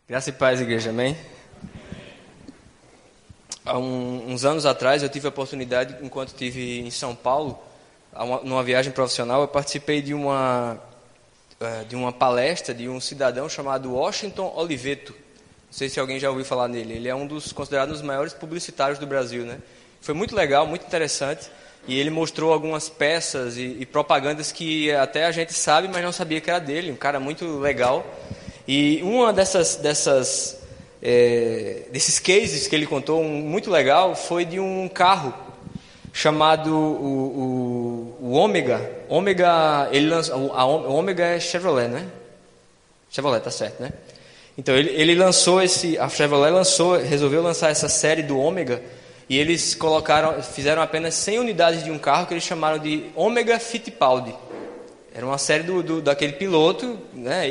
Graça e paz, igreja, amém? Há uns anos atrás eu tive a oportunidade, enquanto estive em São Paulo, numa viagem profissional, eu participei de uma palestra de um cidadão chamado Washington Oliveto. Não sei se alguém já ouviu falar nele. Ele é um dos considerados os maiores publicitários do Brasil, né? Foi muito legal, muito interessante. E ele mostrou algumas peças e propagandas que até a gente sabe, mas não sabia que era dele. Um cara muito legal. E uma desses cases que ele contou, muito legal, foi de um carro chamado o Ômega. O Ômega é Chevrolet, né? Chevrolet, tá certo, né? Então ele lançou a Chevrolet resolveu lançar essa série do Ômega, e eles fizeram apenas 100 unidades de um carro que eles chamaram de Ômega Fittipaldi. Era uma série daquele piloto, né?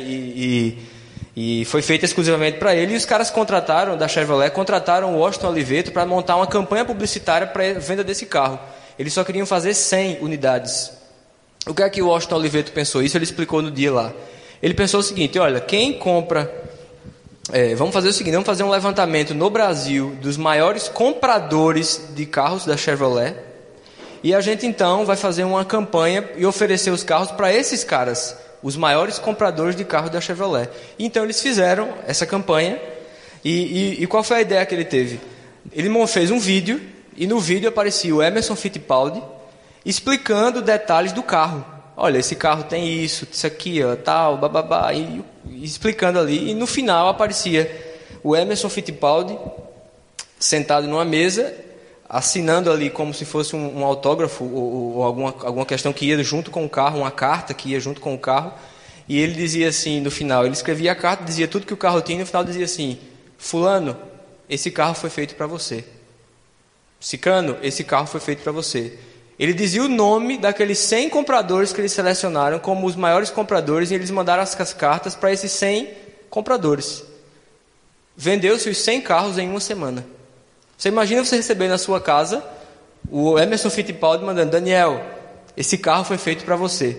E foi feita exclusivamente para ele. E os caras da Chevrolet contrataram o Washington Oliveto para montar uma campanha publicitária para a venda desse carro. Eles só queriam fazer 100 unidades. O que é que o Washington Oliveto pensou? Isso ele explicou no dia lá. Ele pensou o seguinte: olha, quem compra... vamos fazer o seguinte, vamos fazer um levantamento no Brasil dos maiores compradores de carros da Chevrolet, e a gente então vai fazer uma campanha e oferecer os carros para esses caras, os maiores compradores de carros da Chevrolet. Então eles fizeram essa campanha, e qual foi a ideia que ele teve? Ele fez um vídeo, e no vídeo aparecia o Emerson Fittipaldi explicando detalhes do carro. Olha, esse carro tem isso aqui, ó, tal, bababá, e explicando ali. E no final aparecia o Emerson Fittipaldi sentado numa mesa, assinando ali como se fosse um autógrafo ou alguma questão que ia junto com o carro, uma carta que ia junto com o carro. E ele dizia assim, no final, ele escrevia a carta, dizia tudo que o carro tinha, e no final dizia assim: fulano, esse carro foi feito para você. Cicrano, esse carro foi feito para você. Ele dizia o nome daqueles 100 compradores que eles selecionaram como os maiores compradores, e eles mandaram as cartas para esses 100 compradores. Vendeu-se os 100 carros em uma semana. Você imagina você receber na sua casa o Emerson Fittipaldi mandando: Daniel, esse carro foi feito para você.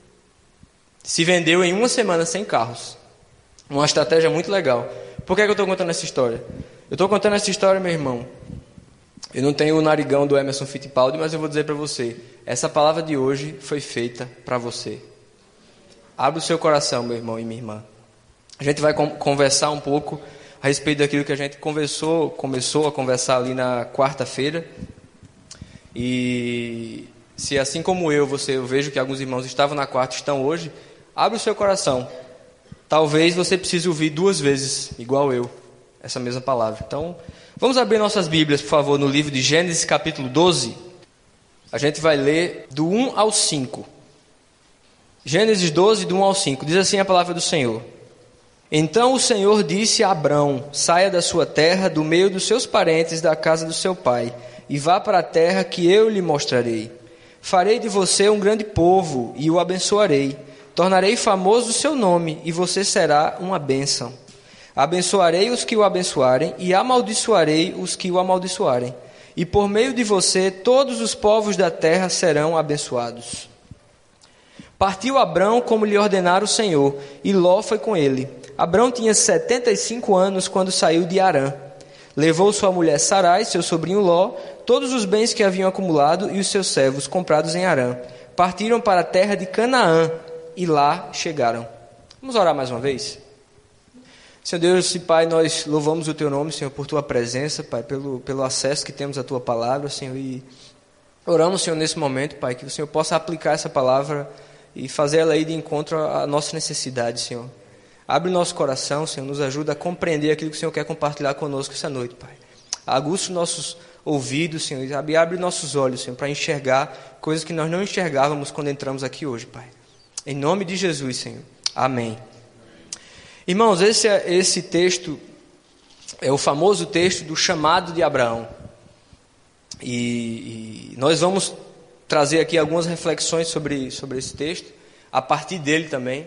Se vendeu em uma semana 100 carros. Uma estratégia muito legal. Por que eu estou contando essa história? Eu estou contando essa história, meu irmão. Eu não tenho o narigão do Emerson Fittipaldi, mas eu vou dizer para você: essa palavra de hoje foi feita para você. Abre o seu coração, meu irmão e minha irmã. A gente vai conversar um pouco a respeito daquilo que a gente começou a conversar ali na quarta-feira. E se assim como eu vejo que alguns irmãos estavam na quarta e estão hoje, abre o seu coração. Talvez você precise ouvir 2 vezes, igual eu, essa mesma palavra. Então, vamos abrir nossas Bíblias, por favor, no livro de Gênesis, capítulo 12. A gente vai ler do 1 ao 5. Gênesis 12, do 1 ao 5. Diz assim a palavra do Senhor: Então o Senhor disse a Abrão: saia da sua terra, do meio dos seus parentes, da casa do seu pai, e vá para a terra que eu lhe mostrarei. Farei de você um grande povo, e o abençoarei. Tornarei famoso o seu nome, e você será uma bênção. Abençoarei os que o abençoarem, e amaldiçoarei os que o amaldiçoarem. E por meio de você, todos os povos da terra serão abençoados. Partiu Abrão como lhe ordenara o Senhor, e Ló foi com ele. Abrão tinha 75 anos quando saiu de Harã. Levou sua mulher Sarai, seu sobrinho Ló, todos os bens que haviam acumulado e os seus servos comprados em Harã. Partiram para a terra de Canaã, e lá chegaram. Vamos orar mais uma vez? Senhor Deus e Pai, nós louvamos o Teu nome, Senhor, por Tua presença, Pai, pelo acesso que temos à Tua palavra, Senhor, e oramos, Senhor, nesse momento, Pai, que o Senhor possa aplicar essa palavra e fazer ela ir de encontro à nossa necessidade, Senhor. Abre o nosso coração, Senhor, nos ajuda a compreender aquilo que o Senhor quer compartilhar conosco essa noite, Pai. Aguça os nossos ouvidos, Senhor, e abre nossos olhos, Senhor, para enxergar coisas que nós não enxergávamos quando entramos aqui hoje, Pai. Em nome de Jesus, Senhor. Amém. Irmãos, esse texto é o famoso texto do chamado de Abraão. E nós vamos trazer aqui algumas reflexões sobre esse texto, a partir dele também.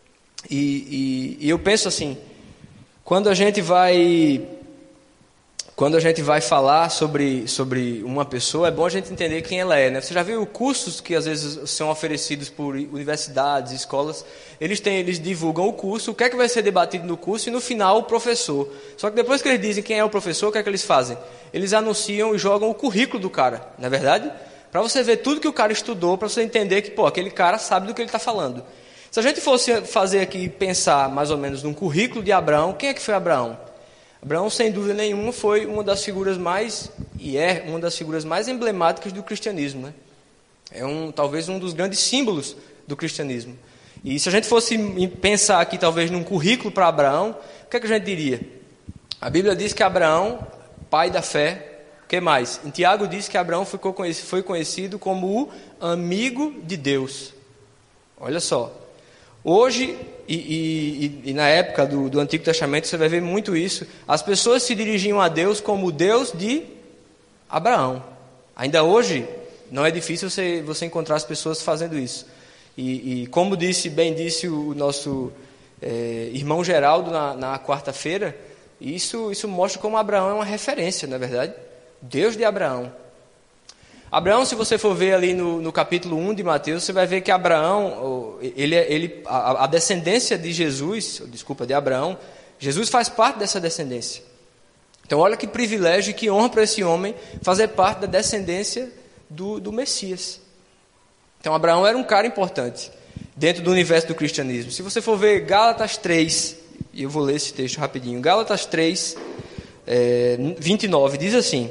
E eu penso assim, quando a gente vai quando a gente vai falar sobre uma pessoa, é bom a gente entender quem ela é, né? Você já viu cursos que às vezes são oferecidos por universidades, escolas, eles divulgam o curso, o que é que vai ser debatido no curso e no final o professor. Só que depois que eles dizem quem é o professor, o que é que eles fazem? Eles anunciam e jogam o currículo do cara, não é verdade? Para você ver tudo que o cara estudou, para você entender que, aquele cara sabe do que ele está falando. Se a gente fosse fazer aqui, pensar mais ou menos num currículo de Abraão, quem é que foi Abraão? Abraão, sem dúvida nenhuma, foi uma das figuras mais emblemáticas do cristianismo, né? Talvez um dos grandes símbolos do cristianismo. E se a gente fosse pensar aqui, talvez, num currículo para Abraão, o que é que a gente diria? A Bíblia diz que Abraão, pai da fé, o que mais? Em Tiago diz que Abraão foi conhecido como o amigo de Deus. Olha só. Hoje, e na época do Antigo Testamento, você vai ver muito isso. As pessoas se dirigiam a Deus como o Deus de Abraão. Ainda hoje, não é difícil você encontrar as pessoas fazendo isso. E como bem disse o nosso irmão Geraldo na quarta-feira, isso mostra como Abraão é uma referência, não é verdade? Deus de Abraão. Abraão, se você for ver ali no capítulo 1 de Mateus, você vai ver que Abraão, a descendência de de Abraão, Jesus faz parte dessa descendência. Então olha que privilégio e que honra para esse homem fazer parte da descendência do Messias. Então Abraão era um cara importante dentro do universo do cristianismo. Se você for ver Gálatas 3, e eu vou ler esse texto rapidinho, Gálatas 3, 29, diz assim: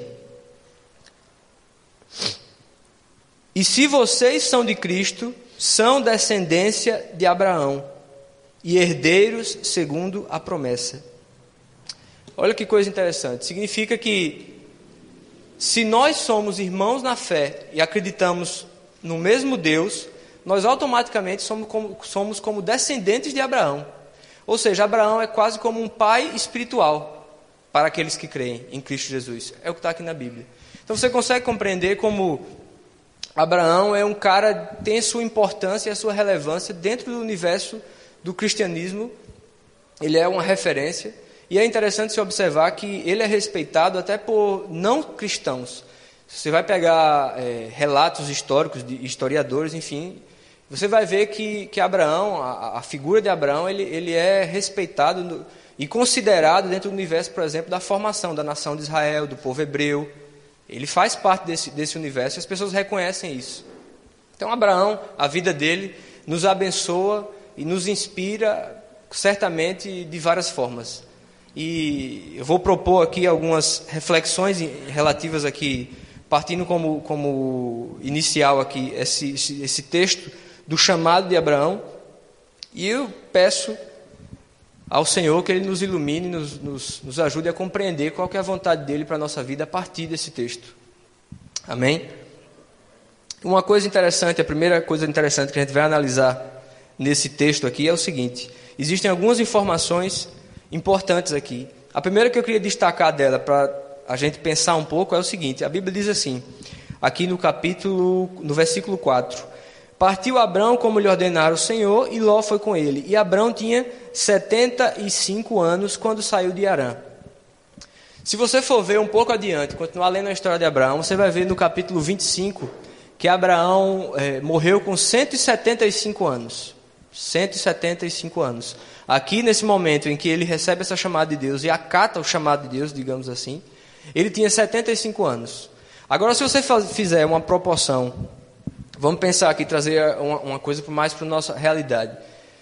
e se vocês são de Cristo, são descendência de Abraão e herdeiros segundo a promessa. Olha que coisa interessante. Significa que se nós somos irmãos na fé e acreditamos no mesmo Deus, nós automaticamente somos como descendentes de Abraão. Ou seja, Abraão é quase como um pai espiritual para aqueles que creem em Cristo Jesus. É o que está aqui na Bíblia. Então você consegue compreender como Abraão é um cara que tem a sua importância e a sua relevância dentro do universo do cristianismo. Ele é uma referência. E é interessante se observar que ele é respeitado até por não cristãos. Você vai pegar relatos históricos de historiadores, enfim, você vai ver que Abraão, a figura de Abraão, ele é respeitado e considerado dentro do universo, por exemplo, da formação da nação de Israel, do povo hebreu. Ele faz parte desse universo e as pessoas reconhecem isso. Então Abraão, a vida dele, nos abençoa e nos inspira certamente de várias formas. E eu vou propor aqui algumas reflexões relativas aqui, partindo como inicial aqui esse texto do chamado de Abraão. E eu peço ao Senhor que Ele nos ilumine, nos ajude a compreender qual que é a vontade dEle para a nossa vida a partir desse texto. Amém? Uma coisa interessante, a primeira coisa interessante que a gente vai analisar nesse texto aqui é o seguinte: existem algumas informações importantes aqui. A primeira que eu queria destacar dela, para a gente pensar um pouco, é o seguinte: a Bíblia diz assim, aqui no versículo 4: partiu Abrão como lhe ordenara o Senhor, e Ló foi com ele. E Abrão tinha 75 anos quando saiu de Harã. Se você for ver um pouco adiante, continuar lendo a história de Abraão, você vai ver no capítulo 25 que Abraão morreu com 175 anos. 175 anos. Aqui, nesse momento em que ele recebe essa chamada de Deus e acata o chamado de Deus, digamos assim, ele tinha 75 anos. Agora, se você fizer uma proporção, vamos pensar aqui, trazer uma coisa mais para a nossa realidade.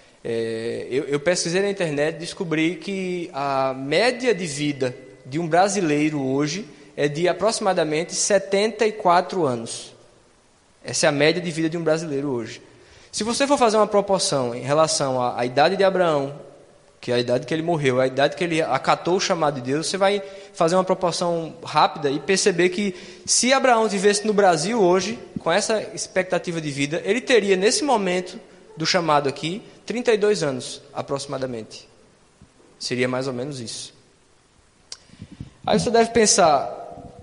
Eu pesquisei na internet e descobri que a média de vida de um brasileiro hoje é de aproximadamente 74 anos. Essa é a média de vida de um brasileiro hoje. Se você for fazer uma proporção em relação à idade de Abraão, que é a idade que ele morreu, a idade que ele acatou o chamado de Deus, você vai fazer uma proporção rápida e perceber que se Abraão vivesse no Brasil hoje, com essa expectativa de vida, ele teria nesse momento do chamado aqui 32 anos aproximadamente. Seria mais ou menos isso. Aí você deve pensar,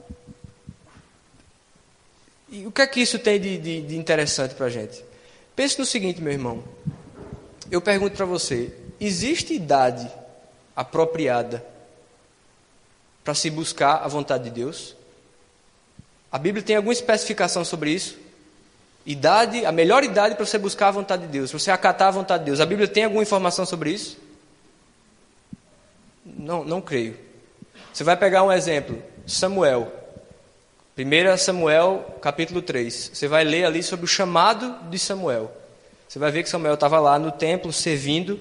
e o que é que isso tem de interessante para a gente? Pense no seguinte, meu irmão. Eu pergunto para você, existe idade apropriada para se buscar a vontade de Deus? A Bíblia tem alguma especificação sobre isso? Idade, a melhor idade para você buscar a vontade de Deus, para você acatar a vontade de Deus. A Bíblia tem alguma informação sobre isso? Não creio. Você vai pegar um exemplo, Samuel. 1 Samuel, capítulo 3. Você vai ler ali sobre o chamado de Samuel. Você vai ver que Samuel estava lá no templo, servindo,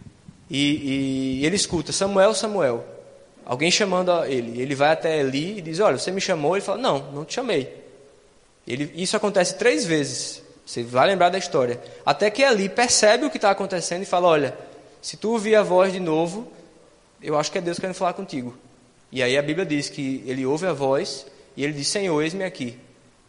e ele escuta, Samuel, Samuel. Alguém chamando ele. Ele vai até Eli e diz, olha, você me chamou? Ele fala, não te chamei. Isso acontece 3 vezes. Você vai lembrar da história. Até que Eli percebe o que está acontecendo e fala, olha, se tu ouvir a voz de novo, eu acho que é Deus querendo falar contigo. E aí a Bíblia diz que ele ouve a voz e ele diz, Senhor, eis-me aqui.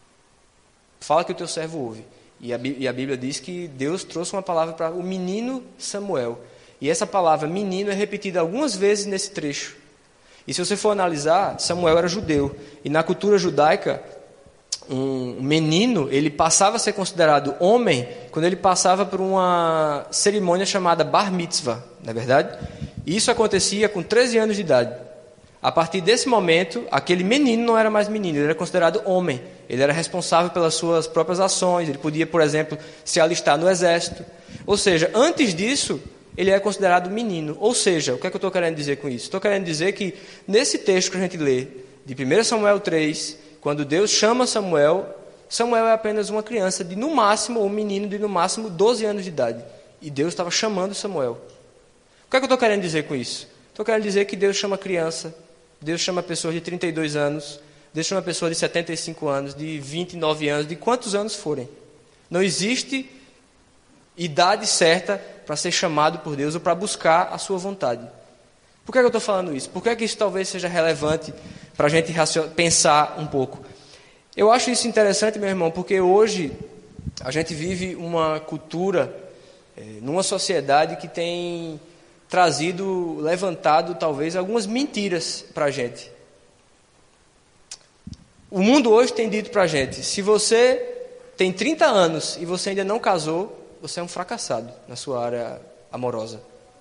Fala que o teu servo ouve. E a Bíblia diz que Deus trouxe uma palavra para o menino Samuel. E essa palavra menino é repetida algumas vezes nesse trecho. E se você for analisar, Samuel era judeu. E na cultura judaica, um menino, ele passava a ser considerado homem quando ele passava por uma cerimônia chamada Bar Mitzvah, não é verdade? E isso acontecia com 13 anos de idade. A partir desse momento, aquele menino não era mais menino, ele era considerado homem. Ele era responsável pelas suas próprias ações, ele podia, por exemplo, se alistar no exército. Ou seja, antes disso, ele é considerado menino. Ou seja, o que é que eu estou querendo dizer com isso? Estou querendo dizer que, nesse texto que a gente lê, de 1 Samuel 3, quando Deus chama Samuel, Samuel é apenas uma criança de, no máximo, um menino de, no máximo, 12 anos de idade. E Deus estava chamando Samuel. O que é que eu estou querendo dizer com isso? Estou querendo dizer que Deus chama criança, Deus chama pessoas de 32 anos, Deus chama pessoas de 75 anos, de 29 anos, de quantos anos forem. Não existe idade certa para ser chamado por Deus ou para buscar a sua vontade. Por que eu estou falando isso? Por que isso talvez seja relevante para a gente pensar um pouco? Eu acho isso interessante, meu irmão, porque hoje a gente vive uma cultura, numa sociedade que tem levantado talvez algumas mentiras para a gente. O mundo hoje tem dito para a gente, se você tem 30 anos e você ainda não casou, você é um fracassado na sua área amorosa.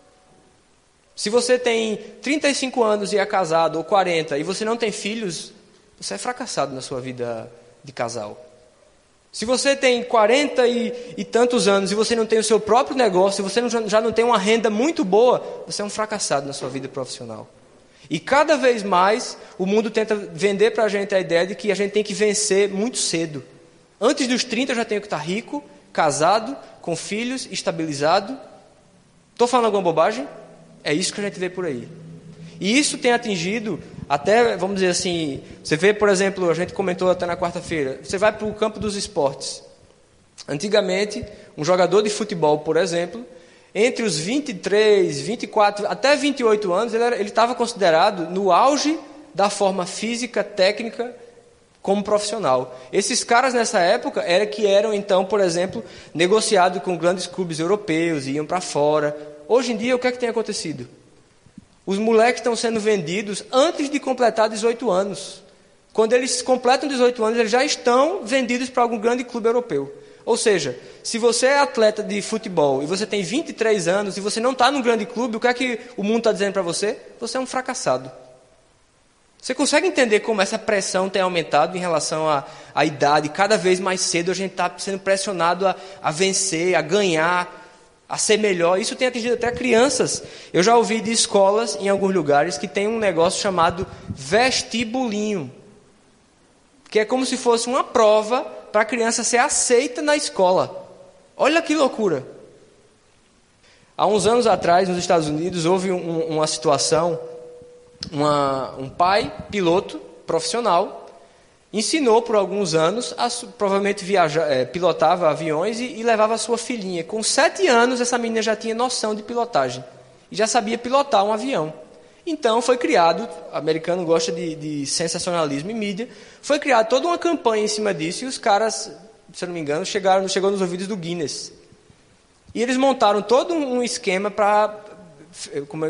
Se você tem 35 anos e é casado, ou 40, e você não tem filhos, você é fracassado na sua vida de casal. Se você tem 40 e tantos anos e você não tem o seu próprio negócio, você já não tem uma renda muito boa, você é um fracassado na sua vida profissional. E cada vez mais o mundo tenta vender para a gente a ideia de que a gente tem que vencer muito cedo. Antes dos 30 eu já tenho que estar rico, casado, com filhos, estabilizado. Estou falando alguma bobagem? É isso que a gente vê por aí. E isso tem atingido até, vamos dizer assim, você vê, por exemplo, a gente comentou até na quarta-feira, você vai para o campo dos esportes. Antigamente, um jogador de futebol, por exemplo, entre os 23, 24, até 28 anos, ele estava considerado no auge da forma física, técnica, como profissional. Esses caras nessa época eram então, por exemplo, negociados com grandes clubes europeus, iam para fora. Hoje em dia, o que é que tem acontecido? Os moleques estão sendo vendidos antes de completar 18 anos. Quando eles completam 18 anos, eles já estão vendidos para algum grande clube europeu. Ou seja, se você é atleta de futebol e você tem 23 anos e você não está num grande clube, o que é que o mundo está dizendo para você? Você é um fracassado. Você consegue entender como essa pressão tem aumentado em relação à idade? Cada vez mais cedo a gente está sendo pressionado a vencer, a ganhar, a ser melhor. Isso tem atingido até crianças. Eu já ouvi de escolas em alguns lugares que tem um negócio chamado vestibulinho, que é como se fosse uma prova para a criança ser aceita na escola. Olha que loucura. Há uns anos atrás, nos Estados Unidos, houve uma situação, um pai, piloto profissional, ensinou por alguns anos, provavelmente pilotava aviões e levava a sua filhinha. Com 7 anos, essa menina já tinha noção de pilotagem e já sabia pilotar um avião. Então foi criado, o americano gosta de sensacionalismo e mídia, foi criada toda uma campanha em cima disso e os caras, se eu não me engano, chegou nos ouvidos do Guinness. E eles montaram todo um esquema para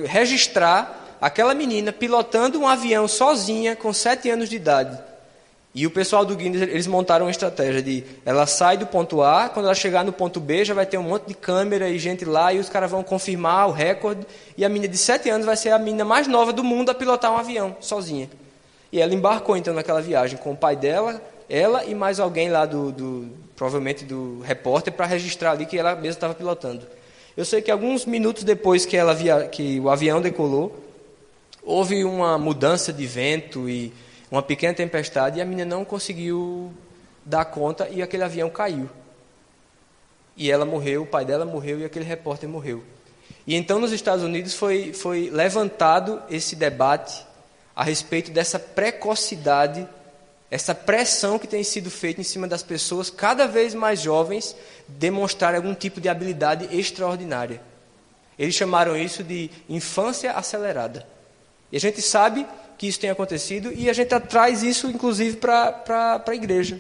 registrar aquela menina pilotando um avião sozinha com 7 anos de idade. E o pessoal do Guinness, eles montaram uma estratégia de ela sai do ponto A, quando ela chegar no ponto B já vai ter um monte de câmera e gente lá, e os caras vão confirmar o recorde, e a menina de 7 anos vai ser a menina mais nova do mundo a pilotar um avião, sozinha. E ela embarcou então naquela viagem com o pai dela, ela e mais alguém lá, provavelmente do repórter, para registrar ali que ela mesma estava pilotando. Eu sei que alguns minutos depois que o avião decolou, houve uma mudança de vento e uma pequena tempestade, e a menina não conseguiu dar conta e aquele avião caiu. E ela morreu, o pai dela morreu e aquele repórter morreu. E então nos Estados Unidos foi levantado esse debate a respeito dessa precocidade, essa pressão que tem sido feita em cima das pessoas cada vez mais jovens demonstrarem algum tipo de habilidade extraordinária. Eles chamaram isso de infância acelerada. E a gente sabe que isso tem acontecido e a gente traz isso, inclusive, para a igreja.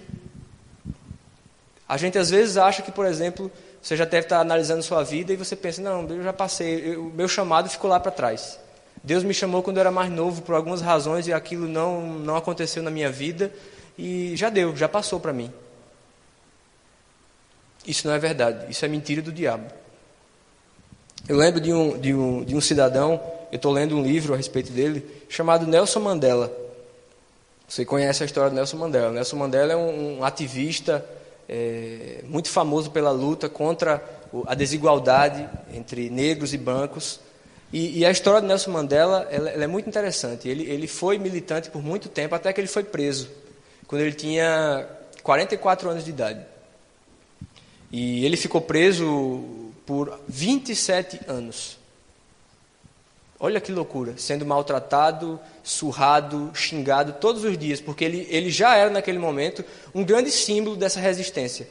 A gente, às vezes, acha que, por exemplo, você já deve estar analisando sua vida e você pensa, não, eu já passei, o meu chamado ficou lá para trás. Deus me chamou quando eu era mais novo por algumas razões e aquilo não aconteceu na minha vida e já deu, já passou para mim. Isso não é verdade, isso é mentira do diabo. Eu lembro de um cidadão, eu estou lendo um livro a respeito dele, chamado Nelson Mandela. Você conhece a história do Nelson Mandela. Nelson Mandela é um ativista muito famoso pela luta contra a desigualdade entre negros e brancos. E a história do Nelson Mandela ela é muito interessante. Ele foi militante por muito tempo, até que ele foi preso, quando ele tinha 44 anos de idade. E ele ficou preso por 27 anos. Olha que loucura, sendo maltratado, surrado, xingado todos os dias, porque ele já era naquele momento um grande símbolo dessa resistência.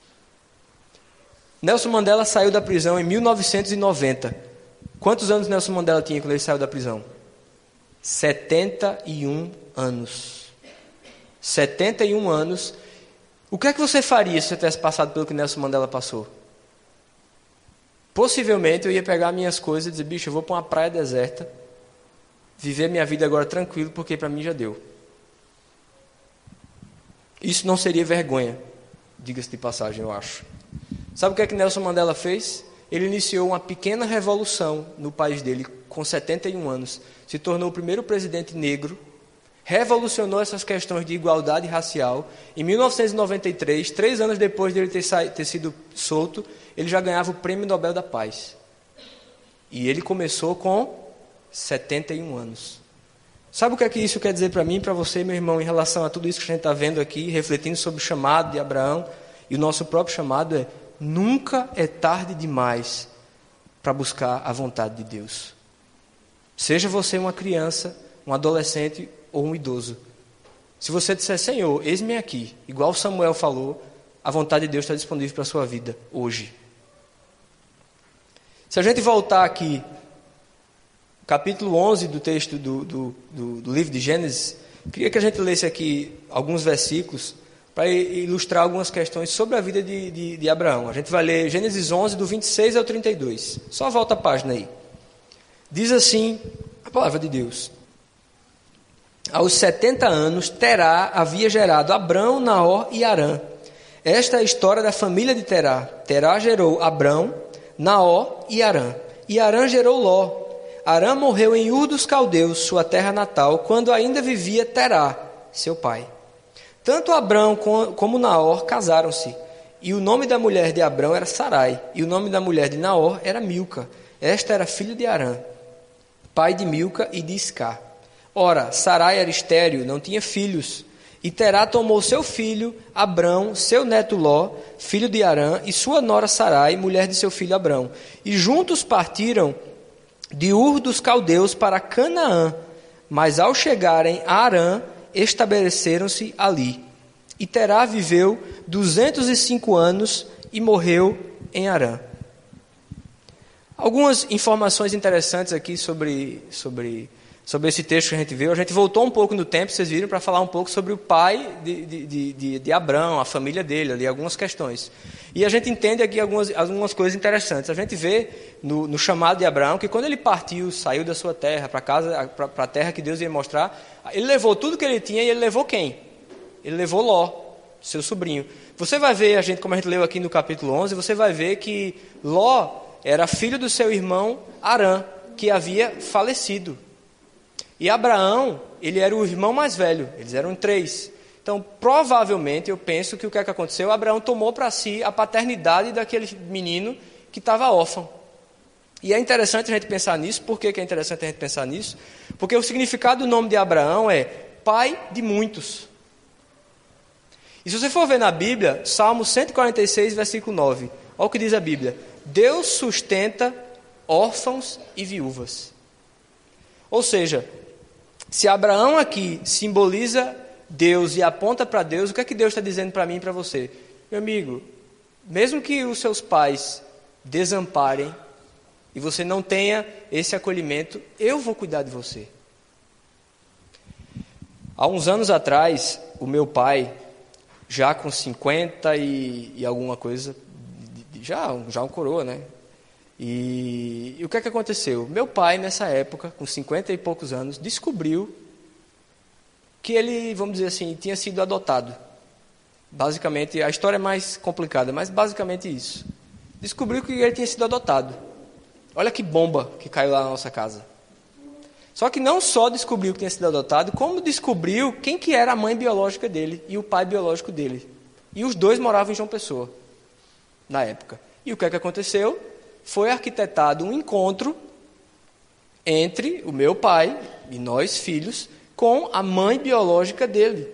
Nelson Mandela saiu da prisão em 1990. Quantos anos Nelson Mandela tinha quando ele saiu da prisão? 71 anos. 71 anos. O que é que você faria se você tivesse passado pelo que Nelson Mandela passou? Possivelmente eu ia pegar minhas coisas e dizer, bicho, eu vou para uma praia deserta, viver minha vida agora tranquilo, porque para mim já deu. Isso não seria vergonha, diga-se de passagem, eu acho. Sabe o que é que Nelson Mandela fez? Ele iniciou uma pequena revolução no país dele, com 71 anos. Se tornou o primeiro presidente negro, revolucionou essas questões de igualdade racial. Em 1993, 3 anos depois de ele ter sido solto, ele já ganhava o Prêmio Nobel da Paz. E ele começou com 71 anos. Sabe o que é que isso quer dizer para mim e para você, meu irmão, em relação a tudo isso que a gente está vendo aqui, refletindo sobre o chamado de Abraão, e o nosso próprio chamado é: nunca é tarde demais para buscar a vontade de Deus. Seja você uma criança, um adolescente ou um idoso. Se você disser, Senhor, eis-me aqui, igual Samuel falou, a vontade de Deus está disponível para a sua vida, hoje. Se a gente voltar aqui, capítulo 11 do texto do livro de Gênesis, queria que a gente lesse aqui alguns versículos para ilustrar algumas questões sobre a vida de Abraão. A gente vai ler Gênesis 11, do 26 ao 32. Só volta a página aí. Diz assim a palavra de Deus. Aos 70 anos, Terá havia gerado Abrão, Naor e Harã. Esta é a história da família de Terá. Terá gerou Abrão, Naor e Harã. E Harã gerou Ló. Harã morreu em Ur dos Caldeus, sua terra natal, quando ainda vivia Terá, seu pai. Tanto Abrão como Naor casaram-se. E o nome da mulher de Abrão era Sarai. E o nome da mulher de Naor era Milca. Esta era filha de Harã, pai de Milca e de Iscar. Ora, Sarai era estéril, não tinha filhos. E Terá tomou seu filho, Abrão, seu neto Ló, filho de Harã, e sua nora Sarai, mulher de seu filho Abrão. E juntos partiram de Ur dos Caldeus para Canaã. Mas ao chegarem a Harã, estabeleceram-se ali. E Terá viveu 205 anos e morreu em Harã. Algumas informações interessantes aqui sobre esse texto que a gente viu. A gente voltou um pouco no tempo, vocês viram, para falar um pouco sobre o pai de Abrão, a família dele, ali, algumas questões. E a gente entende aqui algumas coisas interessantes. A gente vê no chamado de Abraão que quando ele partiu, saiu da sua terra, para a terra que Deus ia mostrar, ele levou tudo que ele tinha e ele levou quem? ele levou Ló, seu sobrinho. Você vai ver, como a gente leu aqui no capítulo 11, você vai ver que Ló era filho do seu irmão Harã, que havia falecido. E Abraão, ele era o irmão mais velho, eles eram 3. Então, provavelmente, eu penso que o que é que aconteceu? Abraão tomou para si a paternidade daquele menino que estava órfão. E é interessante a gente pensar nisso. Por que é interessante a gente pensar nisso? Porque o significado do nome de Abraão é pai de muitos. E se você for ver na Bíblia, Salmo 146, versículo 9, olha o que diz a Bíblia: Deus sustenta órfãos e viúvas. Ou seja, se Abraão aqui simboliza Deus e aponta para Deus, o que é que Deus está dizendo para mim e para você? Meu amigo, mesmo que os seus pais desamparem e você não tenha esse acolhimento, eu vou cuidar de você. Há uns anos atrás, o meu pai, já com 50 e alguma coisa, já um coroa, né? E o que é que aconteceu? Meu pai, nessa época, com 50 e poucos anos, descobriu que ele, vamos dizer assim, tinha sido adotado. Basicamente, a história é mais complicada, mas basicamente isso. Descobriu que ele tinha sido adotado. Olha que bomba que caiu lá na nossa casa. Só que não só descobriu que tinha sido adotado, como descobriu quem que era a mãe biológica dele e o pai biológico dele. E os dois moravam em João Pessoa, na época. E o que é que aconteceu? Foi arquitetado um encontro entre o meu pai e nós, filhos, com a mãe biológica dele.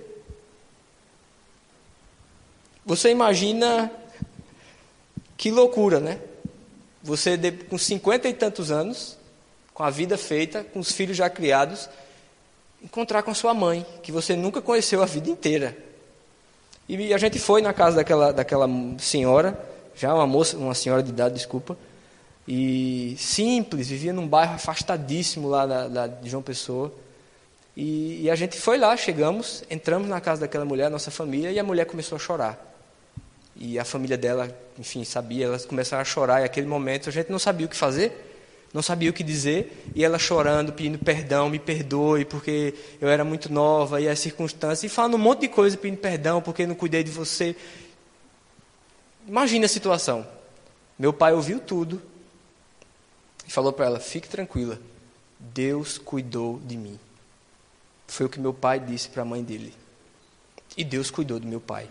Você imagina que loucura, né? Você, com 50 e tantos anos, com a vida feita, com os filhos já criados, encontrar com a sua mãe, que você nunca conheceu a vida inteira. E a gente foi na casa daquela senhora, já uma senhora de idade, desculpa, e simples, vivia num bairro afastadíssimo lá de João Pessoa. E a gente foi lá, chegamos, entramos na casa daquela mulher, nossa família, e a mulher começou a chorar. E a família dela, enfim, sabia, elas começaram a chorar, e naquele momento a gente não sabia o que fazer, não sabia o que dizer, e ela chorando, pedindo perdão, me perdoe, porque eu era muito nova, e as circunstâncias, e falando um monte de coisa, pedindo perdão, porque eu não cuidei de você. Imagina a situação. Meu pai ouviu tudo, e falou para ela: fique tranquila, Deus cuidou de mim. Foi o que meu pai disse para a mãe dele. E Deus cuidou do meu pai.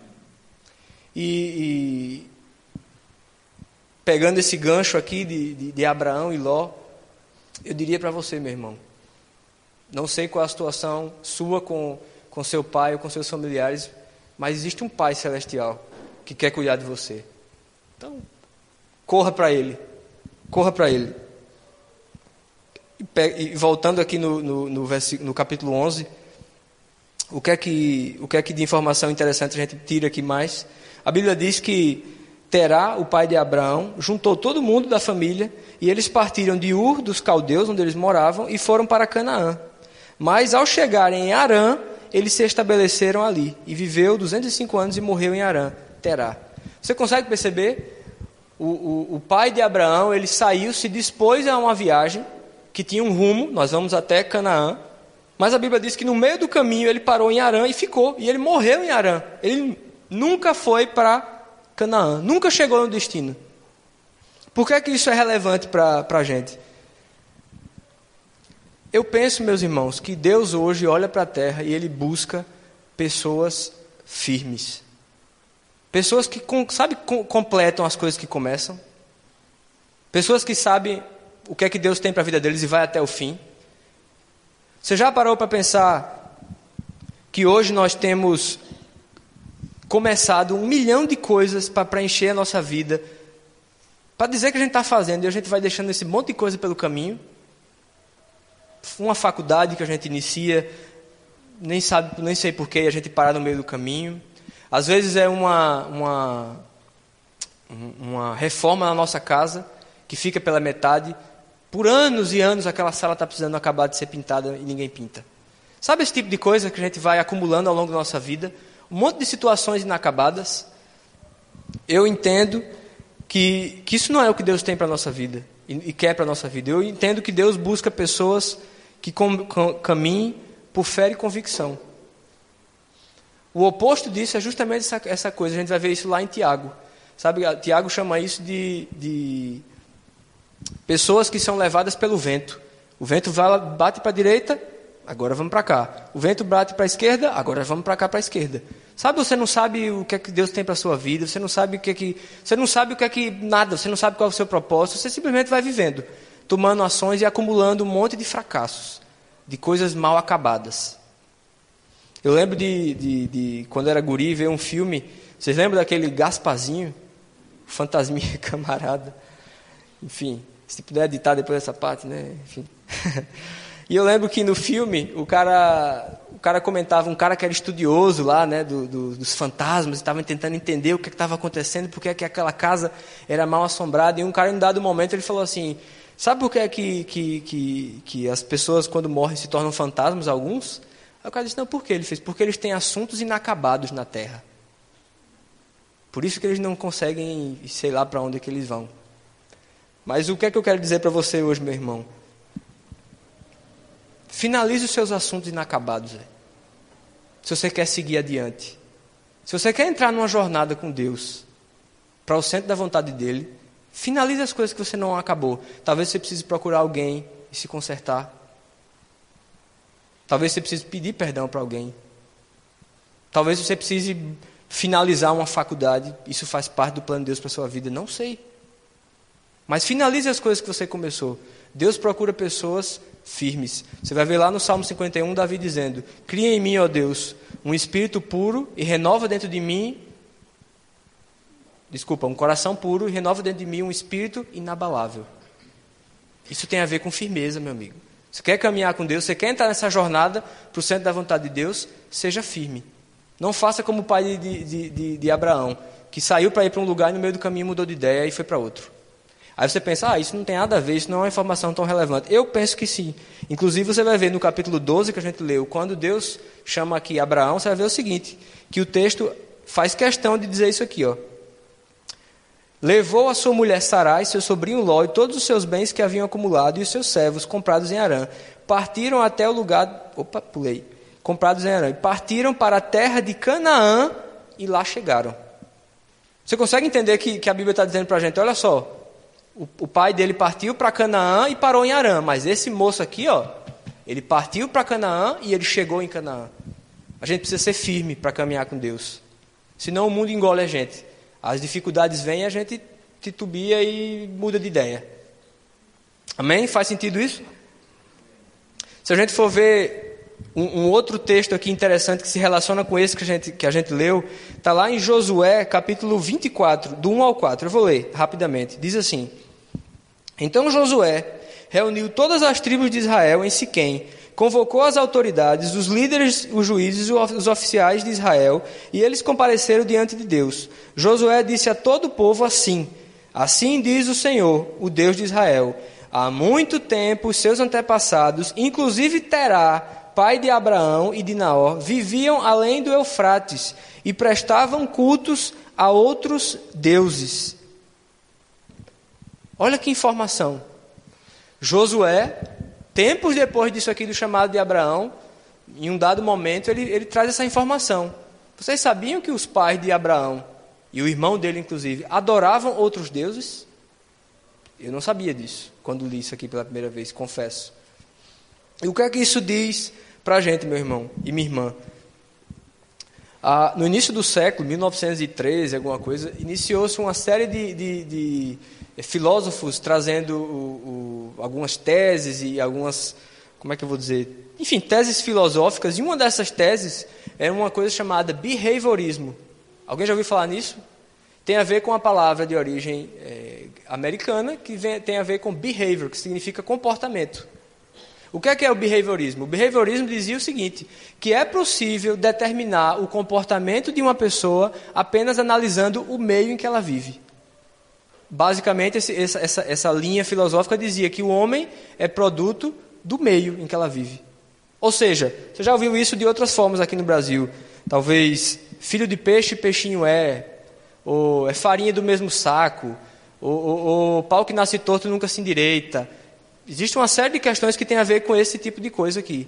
E pegando esse gancho aqui de Abraão e Ló, eu diria para você, meu irmão, não sei qual a situação sua com seu pai ou com seus familiares, mas existe um Pai celestial que quer cuidar de você. Então, corra para Ele. Corra para Ele. E voltando aqui no capítulo 11, o que é que de informação interessante a gente tira aqui mais? A Bíblia diz que Terá, o pai de Abraão, juntou todo mundo da família, e eles partiram de Ur dos caldeus, onde eles moravam, e foram para Canaã. Mas ao chegarem em Harã, eles se estabeleceram ali, e viveu 205 anos e morreu em Harã, Terá. Você consegue perceber? O pai de Abraão, ele saiu, se dispôs a uma viagem, que tinha um rumo, nós vamos até Canaã, mas a Bíblia diz que no meio do caminho ele parou em Harã e ficou, e ele morreu em Harã. Ele nunca foi para Canaã, nunca chegou no destino. Por que é que isso é relevante para a gente? Eu penso, meus irmãos, que Deus hoje olha para a terra e Ele busca pessoas firmes. Pessoas que, completam as coisas que começam. Pessoas que sabem o que é que Deus tem para a vida deles e vai até o fim. Você já parou para pensar que hoje nós temos começado 1 milhão de coisas para preencher a nossa vida, para dizer que a gente está fazendo, e a gente vai deixando esse monte de coisa pelo caminho? Uma faculdade que a gente inicia, nem sei porquê, a gente para no meio do caminho. Às vezes é uma reforma na nossa casa, que fica pela metade. Por anos e anos aquela sala está precisando acabar de ser pintada e ninguém pinta. Sabe esse tipo de coisa que a gente vai acumulando ao longo da nossa vida? Um monte de situações inacabadas. Eu entendo que isso não é o que Deus tem para a nossa vida e quer para a nossa vida. Eu entendo que Deus busca pessoas que caminhem por fé e convicção. O oposto disso é justamente essa coisa. A gente vai ver isso lá em Tiago. Sabe, Tiago chama isso de pessoas que são levadas pelo vento. O vento bate para a direita, agora vamos para cá. O vento bate para a esquerda, agora vamos para cá, para a esquerda. Sabe, você não sabe o que é que Deus tem para a sua vida, você não sabe o que é que nada, você não sabe qual é o seu propósito, você simplesmente vai vivendo, tomando ações e acumulando um monte de fracassos, de coisas mal acabadas. Eu lembro de quando era guri, ver um filme, vocês lembram daquele Gasparzinho? Fantasminha camarada. Enfim, se puder editar depois dessa parte, né? Enfim. E eu lembro que no filme, o cara comentava, um cara que era estudioso lá, né, dos fantasmas, estava tentando entender o que estava acontecendo, porque que aquela casa era mal assombrada, e um cara, em um dado momento, ele falou assim, sabe por que que as pessoas, quando morrem, se tornam fantasmas, alguns? Aí o cara disse, não, por quê? Ele fez, porque eles têm assuntos inacabados na terra. Por isso que eles não conseguem, sei lá para onde é que eles vão. Mas o que é que eu quero dizer para você hoje, meu irmão? Finalize os seus assuntos inacabados. Se você quer seguir adiante. Se você quer entrar numa jornada com Deus, para o centro da vontade dEle, finalize as coisas que você não acabou. Talvez você precise procurar alguém e se consertar. Talvez você precise pedir perdão para alguém. Talvez você precise finalizar uma faculdade. Isso faz parte do plano de Deus para a sua vida. Não sei. Mas finalize as coisas que você começou. Deus procura pessoas firmes. Você vai ver lá no Salmo 51, Davi dizendo, cria em mim, ó Deus, um espírito puro e renova dentro de mim, um coração puro e renova dentro de mim um espírito inabalável. Isso tem a ver com firmeza, meu amigo. Você quer caminhar com Deus, você quer entrar nessa jornada para o centro da vontade de Deus, seja firme. Não faça como o pai de Abraão, que saiu para ir para um lugar e no meio do caminho mudou de ideia e foi para outro. Aí você pensa, isso não tem nada a ver, isso não é uma informação tão relevante. Eu penso que sim. Inclusive você vai ver no capítulo 12 que a gente leu, quando Deus chama aqui Abraão, você vai ver o seguinte, que o texto faz questão de dizer isso aqui, ó. Levou a sua mulher Sarai, seu sobrinho Ló e todos os seus bens que haviam acumulado e os seus servos comprados em Harã. Partiram até o lugar... Comprados em Harã. Partiram para a terra de Canaã e lá chegaram. Você consegue entender que a Bíblia está dizendo para a gente, olha só, o pai dele partiu para Canaã e parou em Harã, mas esse moço aqui, ó, ele partiu para Canaã e ele chegou em Canaã. A gente precisa ser firme para caminhar com Deus. Senão o mundo engole a gente. As dificuldades vêm e a gente titubia e muda de ideia. Amém? Faz sentido isso? Se a gente for ver um outro texto aqui interessante que se relaciona com esse que a gente leu, está lá em Josué, capítulo 24, do 1 ao 4. Eu vou ler rapidamente. Diz assim, então Josué reuniu todas as tribos de Israel em Siquém, convocou as autoridades, os líderes, os juízes e os oficiais de Israel, e eles compareceram diante de Deus. Josué disse a todo o povo assim, assim diz o Senhor, o Deus de Israel, há muito tempo os seus antepassados, inclusive Terá, pai de Abraão e de Naor, viviam além do Eufrates e prestavam cultos a outros deuses. Olha que informação. Josué, tempos depois disso aqui do chamado de Abraão, em um dado momento ele traz essa informação. Vocês sabiam que os pais de Abraão, e o irmão dele inclusive, adoravam outros deuses? Eu não sabia disso, quando li isso aqui pela primeira vez, confesso. E o que é que isso diz para a gente, meu irmão e minha irmã? No início do século, 1913, alguma coisa, iniciou-se uma série de filósofos trazendo algumas teses e algumas, como é que eu vou dizer? Enfim, teses filosóficas, e uma dessas teses era uma coisa chamada behaviorismo. Alguém já ouviu falar nisso? Tem a ver com a palavra de origem americana, que tem a ver com behavior, que significa comportamento. O que é o behaviorismo? O behaviorismo dizia o seguinte, que é possível determinar o comportamento de uma pessoa apenas analisando o meio em que ela vive. Basicamente, essa linha filosófica dizia que o homem é produto do meio em que ela vive. Ou seja, você já ouviu isso de outras formas aqui no Brasil. Talvez, filho de peixe, peixinho é. Ou é farinha do mesmo saco. Ou pau que nasce torto nunca se endireita. Existe uma série de questões que tem a ver com esse tipo de coisa aqui.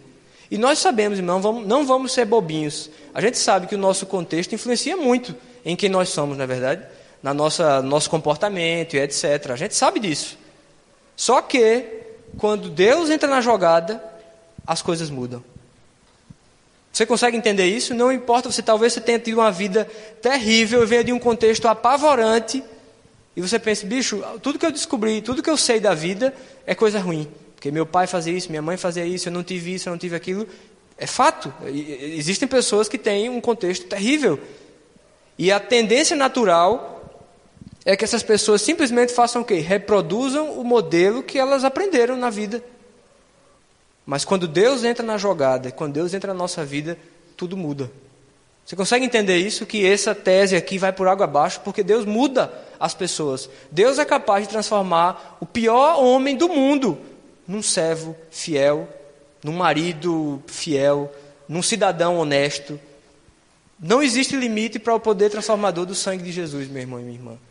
E nós sabemos, irmão, não vamos ser bobinhos. A gente sabe que o nosso contexto influencia muito em quem nós somos, não é verdade? Nosso comportamento e etc. A gente sabe disso. Só que, quando Deus entra na jogada, as coisas mudam. Você consegue entender isso? Não importa, talvez você tenha tido uma vida terrível, venha de um contexto apavorante, e você pensa, bicho, tudo que eu descobri, tudo que eu sei da vida é coisa ruim. Porque meu pai fazia isso, minha mãe fazia isso, eu não tive isso, eu não tive aquilo. É fato. Existem pessoas que têm um contexto terrível. E a tendência natural é que essas pessoas simplesmente façam o quê? Reproduzam o modelo que elas aprenderam na vida. Mas quando Deus entra na jogada, quando Deus entra na nossa vida, tudo muda. Você consegue entender isso? Que essa tese aqui vai por água abaixo, porque Deus muda as pessoas. Deus é capaz de transformar o pior homem do mundo num servo fiel, num marido fiel, num cidadão honesto. Não existe limite para o poder transformador do sangue de Jesus, meu irmão e minha irmã.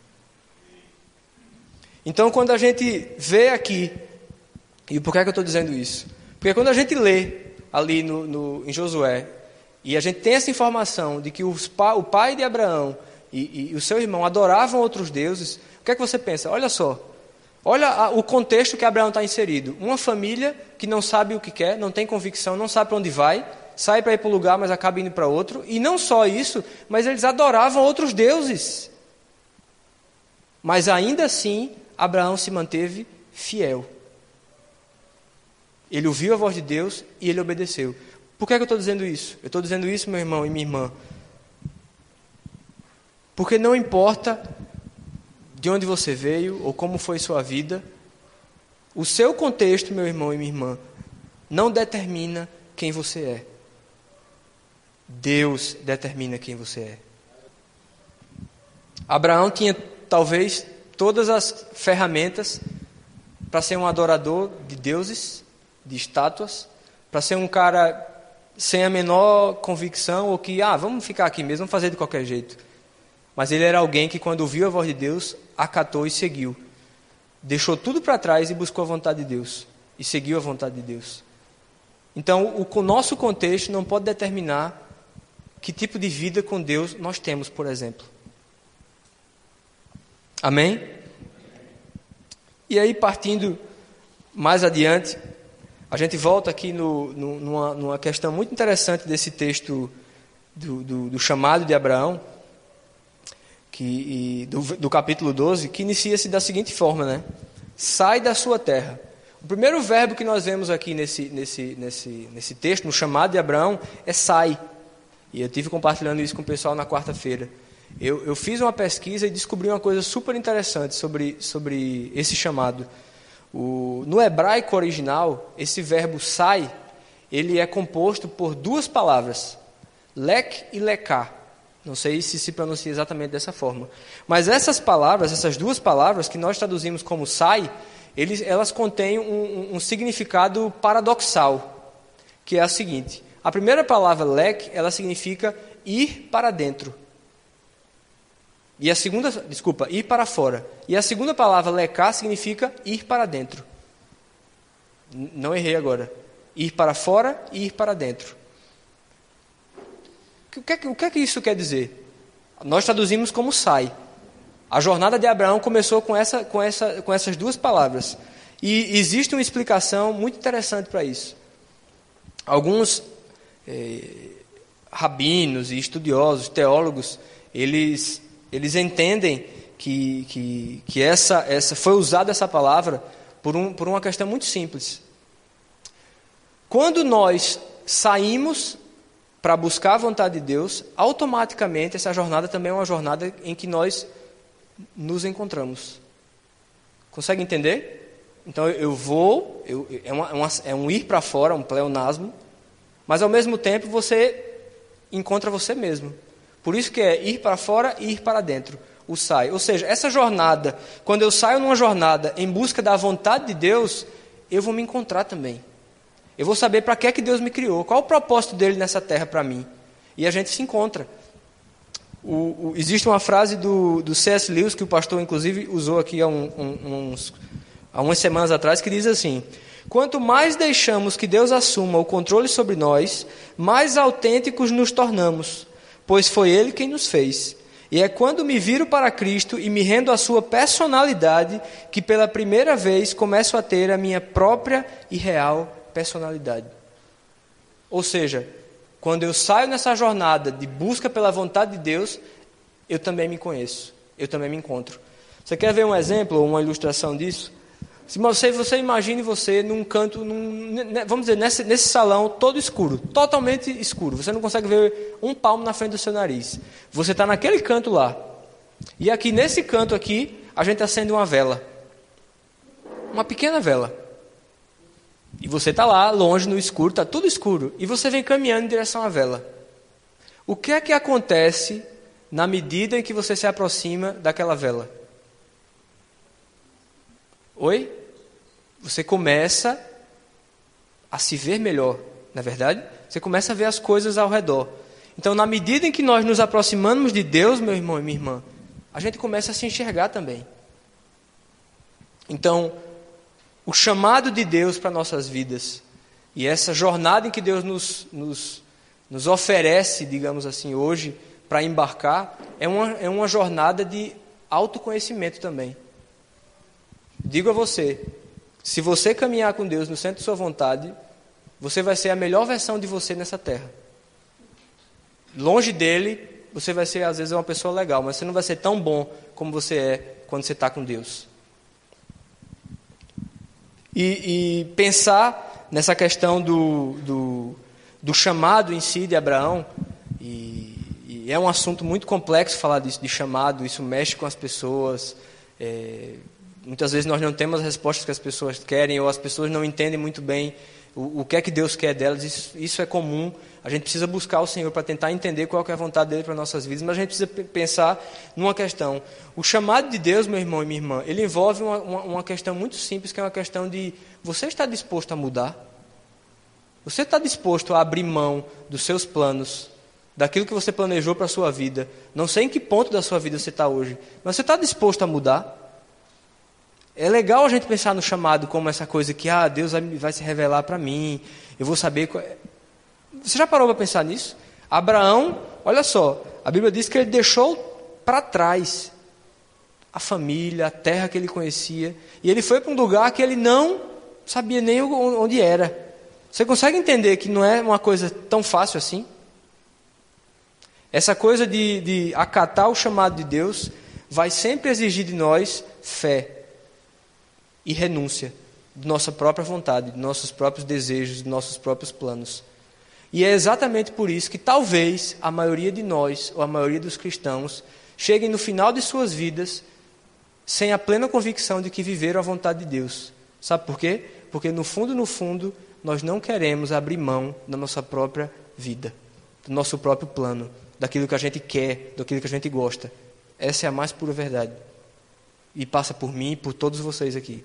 Então, quando a gente vê aqui, e por que é que eu estou dizendo isso? Porque quando a gente lê ali em Josué, e a gente tem essa informação de que o pai de Abraão e o seu irmão adoravam outros deuses, o que é que você pensa? Olha só, olha o contexto que Abraão está inserido. Uma família que não sabe o que quer, não tem convicção, não sabe para onde vai, sai para ir para um lugar, mas acaba indo para outro. E não só isso, mas eles adoravam outros deuses. Mas ainda assim, Abraão se manteve fiel. Ele ouviu a voz de Deus e ele obedeceu. Por que é que eu estou dizendo isso? Eu estou dizendo isso, meu irmão e minha irmã, porque não importa de onde você veio ou como foi sua vida, o seu contexto, meu irmão e minha irmã, não determina quem você é. Deus determina quem você é. Abraão tinha talvez todas as ferramentas para ser um adorador de deuses, de estátuas, para ser um cara sem a menor convicção, ou que, vamos ficar aqui mesmo, vamos fazer de qualquer jeito. Mas ele era alguém que, quando ouviu a voz de Deus, acatou e seguiu. Deixou tudo para trás e buscou a vontade de Deus. E seguiu a vontade de Deus. Então, o nosso contexto não pode determinar que tipo de vida com Deus nós temos, por exemplo. Amém? E aí, partindo mais adiante, a gente volta aqui numa questão muito interessante desse texto do chamado de Abraão, do capítulo 12, que inicia-se da seguinte forma, né? Sai da sua terra. O primeiro verbo que nós vemos aqui nesse texto, no chamado de Abraão, é sai. E eu estive compartilhando isso com o pessoal na quarta-feira. Eu fiz uma pesquisa e descobri uma coisa super interessante sobre esse chamado. No hebraico original, esse verbo sai, ele é composto por duas palavras, lek e leká. Não sei se pronuncia exatamente dessa forma. Mas essas duas palavras, que nós traduzimos como sai, elas contêm um significado paradoxal, que é a seguinte. A primeira palavra, lek, ela significa ir para dentro. E a segunda, ir para fora. E a segunda palavra, leká, significa ir para dentro. Não errei agora. Ir para fora e ir para dentro. O que é que isso quer dizer? Nós traduzimos como sai. A jornada de Abraão começou com essas duas palavras. E existe uma explicação muito interessante para isso. Alguns rabinos e estudiosos, teólogos, eles entendem que foi usada essa palavra por uma questão muito simples. Quando nós saímos para buscar a vontade de Deus, automaticamente essa jornada também é uma jornada em que nós nos encontramos. Consegue entender? Então é um ir para fora, um pleonasmo, mas ao mesmo tempo você encontra você mesmo. Por isso que é ir para fora e ir para dentro, o sai. Ou seja, essa jornada, quando eu saio numa jornada em busca da vontade de Deus, eu vou me encontrar também. Eu vou saber para que é que Deus me criou, qual o propósito dele nessa terra para mim. E a gente se encontra. Existe uma frase do C.S. Lewis, que o pastor inclusive usou aqui há umas semanas atrás, que diz assim: Quanto mais deixamos que Deus assuma o controle sobre nós, mais autênticos nos tornamos, pois foi Ele quem nos fez. E é quando me viro para Cristo e me rendo à sua personalidade que pela primeira vez começo a ter a minha própria e real personalidade. Ou seja, quando eu saio nessa jornada de busca pela vontade de Deus, eu também me conheço, eu também me encontro. Você quer ver um exemplo ou uma ilustração disso? Se você imagine você num canto, vamos dizer, nesse salão todo escuro, totalmente escuro. Você não consegue ver um palmo na frente do seu nariz. Você está naquele canto lá. E aqui, nesse canto aqui, a gente acende uma vela. Uma pequena vela. E você está lá, longe, no escuro, está tudo escuro. E você vem caminhando em direção à vela. O que é que acontece na medida em que você se aproxima daquela vela? Oi? Você começa a se ver melhor, não é verdade? Você começa a ver as coisas ao redor. Então, na medida em que nós nos aproximamos de Deus, meu irmão e minha irmã, a gente começa a se enxergar também. Então, o chamado de Deus para nossas vidas e essa jornada em que Deus nos oferece, digamos assim, hoje, para embarcar, é uma jornada de autoconhecimento também. Digo a você, se você caminhar com Deus no centro de sua vontade, você vai ser a melhor versão de você nessa terra. Longe dele, você vai ser às vezes uma pessoa legal, mas você não vai ser tão bom como você é quando você está com Deus. E pensar nessa questão do chamado em si de Abraão, e é um assunto muito complexo falar disso, de chamado, isso mexe com as pessoas. Muitas vezes nós não temos as respostas que as pessoas querem, ou as pessoas não entendem muito bem o que é que Deus quer delas. Isso é comum. A gente precisa buscar o Senhor para tentar entender qual que é a vontade dele para nossas vidas, mas a gente precisa pensar numa questão. O chamado de Deus, meu irmão e minha irmã, ele envolve uma questão muito simples, que é uma questão de: você está disposto a mudar? Você está disposto a abrir mão dos seus planos, daquilo que você planejou para a sua vida? Não sei em que ponto da sua vida você está hoje, mas você está disposto a mudar? É legal a gente pensar no chamado como essa coisa que Deus vai se revelar para mim, eu vou saber. Você já parou para pensar nisso? Abraão, olha só, a Bíblia diz que ele deixou para trás a família, a terra que ele conhecia, e ele foi para um lugar que ele não sabia nem onde era. Você consegue entender que não é uma coisa tão fácil assim? Essa coisa de acatar o chamado de Deus vai sempre exigir de nós fé e renúncia de nossa própria vontade, de nossos próprios desejos, de nossos próprios planos. E é exatamente por isso que talvez a maioria de nós, ou a maioria dos cristãos, cheguem no final de suas vidas sem a plena convicção de que viveram a vontade de Deus. Sabe por quê? Porque no fundo, nós não queremos abrir mão da nossa própria vida, do nosso próprio plano, daquilo que a gente quer, daquilo que a gente gosta. Essa é a mais pura verdade. E passa por mim e por todos vocês aqui.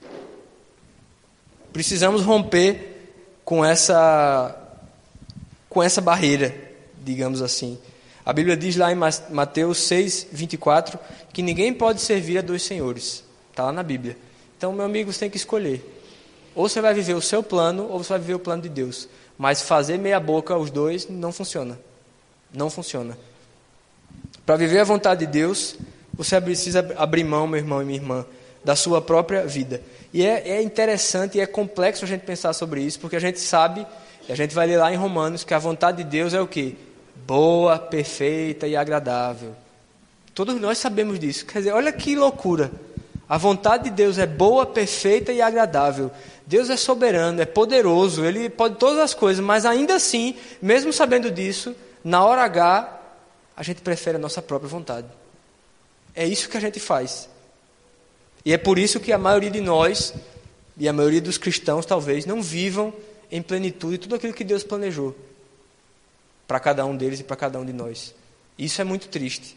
Precisamos romper com essa barreira, digamos assim. A Bíblia diz lá em Mateus 6:24 que ninguém pode servir a dois senhores. Está lá na Bíblia. Então, meu amigo, você tem que escolher. Ou você vai viver o seu plano, ou você vai viver o plano de Deus. Mas fazer meia boca os dois não funciona. Não funciona. Para viver a vontade de Deus, você precisa abrir mão, meu irmão e minha irmã, da sua própria vida. E é interessante e é complexo a gente pensar sobre isso, porque a gente sabe, e a gente vai ler lá em Romanos, que a vontade de Deus é o quê? Boa, perfeita e agradável. Todos nós sabemos disso. Quer dizer, olha que loucura. A vontade de Deus é boa, perfeita e agradável. Deus é soberano, é poderoso, Ele pode todas as coisas, mas ainda assim, mesmo sabendo disso, na hora H, a gente prefere a nossa própria vontade. É isso que a gente faz. E é por isso que a maioria de nós, e a maioria dos cristãos talvez, não vivam em plenitude tudo aquilo que Deus planejou para cada um deles e para cada um de nós. Isso é muito triste.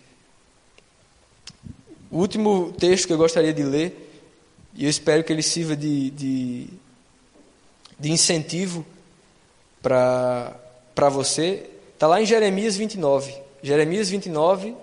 O último texto que eu gostaria de ler, e eu espero que ele sirva de incentivo para você, está lá em Jeremias 29. Jeremias 29,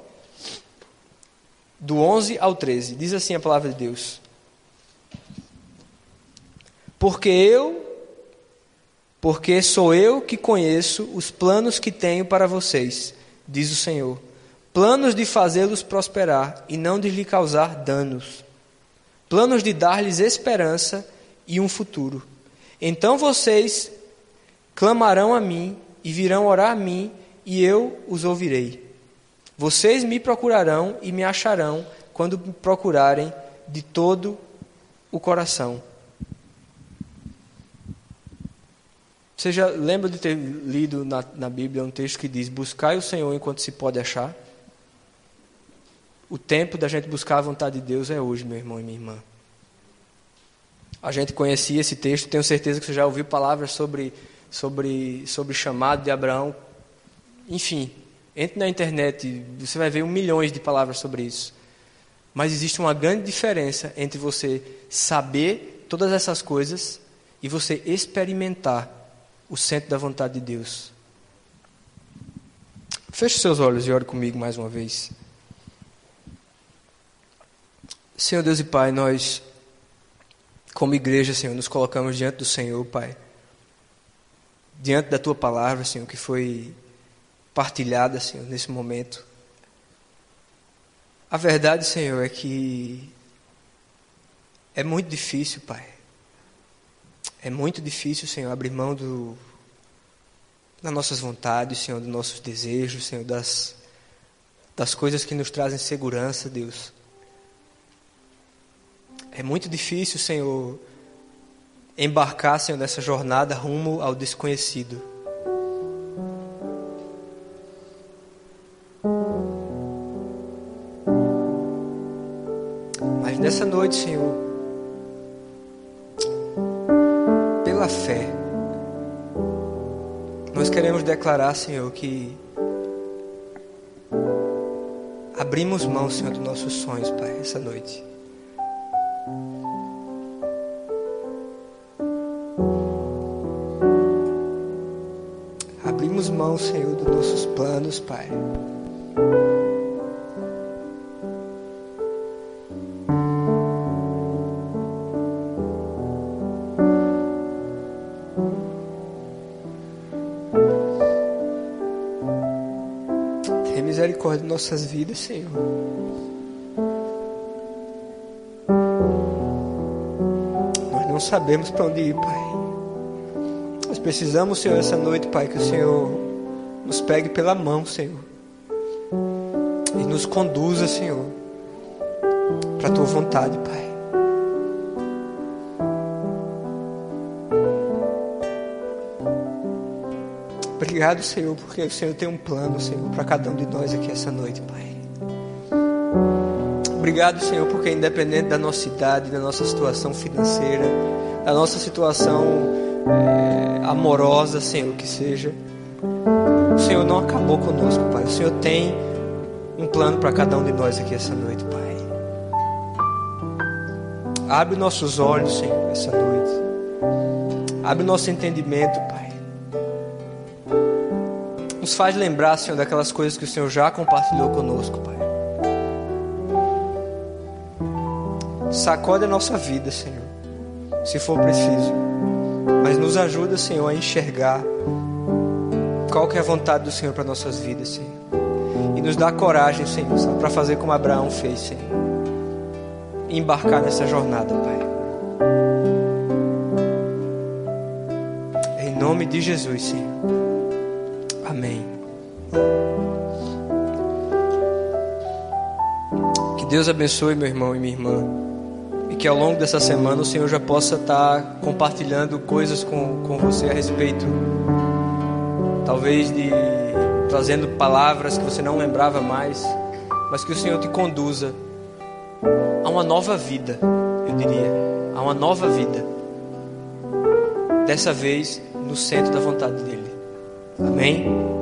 do 11 ao 13. Diz assim a palavra de Deus: Porque sou eu que conheço os planos que tenho para vocês, diz o Senhor. Planos de fazê-los prosperar e não de lhe causar danos. Planos de dar-lhes esperança e um futuro. Então vocês clamarão a mim e virão orar a mim e eu os ouvirei. Vocês me procurarão e me acharão quando me procurarem de todo o coração. Você já lembra de ter lido na Bíblia um texto que diz: buscai o Senhor enquanto se pode achar? O tempo da gente buscar a vontade de Deus é hoje, meu irmão e minha irmã. A gente conhecia esse texto, tenho certeza que você já ouviu palavras sobre o chamado de Abraão. Enfim, entre na internet, você vai ver milhões de palavras sobre isso. Mas existe uma grande diferença entre você saber todas essas coisas e você experimentar o centro da vontade de Deus. Feche seus olhos e ore comigo mais uma vez. Senhor Deus e Pai, nós, como igreja, Senhor, nos colocamos diante do Senhor, Pai. Diante da Tua palavra, Senhor, que foi partilhada, Senhor, nesse momento. A verdade, Senhor, é que é muito difícil, Pai. É muito difícil, Senhor, abrir mão das nossas vontades, Senhor, dos nossos desejos, Senhor, das coisas que nos trazem segurança, Deus. É muito difícil, Senhor, embarcar, Senhor, nessa jornada rumo ao desconhecido. Mas nessa noite, Senhor, pela fé, nós queremos declarar, Senhor, que abrimos mão, Senhor, dos nossos sonhos, Pai, essa noite. Abrimos mão, Senhor, dos nossos planos, Pai. Tem misericórdia de nossas vidas, Senhor. Nós não sabemos para onde ir, Pai. Nós precisamos, Senhor, essa noite, Pai, que o Senhor nos pegue pela mão, Senhor, e nos conduza, Senhor, para a Tua vontade, Pai. Obrigado, Senhor, porque o Senhor tem um plano, Senhor, para cada um de nós aqui essa noite, Pai. Obrigado, Senhor, porque independente da nossa idade, da nossa situação financeira, da nossa situação amorosa, Senhor, que seja, o Senhor não acabou conosco, Pai. O Senhor tem um plano para cada um de nós aqui essa noite, Pai. Abre nossos olhos, Senhor, essa noite. Abre nosso entendimento, Pai. Nos faz lembrar, Senhor, daquelas coisas que o Senhor já compartilhou conosco, Pai. Sacode a nossa vida, Senhor, se for preciso. Mas nos ajuda, Senhor, a enxergar qual que é a vontade do Senhor para nossas vidas, Senhor. E nos dá coragem, Senhor, para fazer como Abraão fez, Senhor. E embarcar nessa jornada, Pai. Em nome de Jesus, Senhor. Amém. Que Deus abençoe meu irmão e minha irmã. E que ao longo dessa semana o Senhor já possa estar compartilhando coisas com você a respeito, talvez trazendo palavras que você não lembrava mais, mas que o Senhor te conduza a uma nova vida, eu diria, a uma nova vida. Dessa vez no centro da vontade dEle. Amém?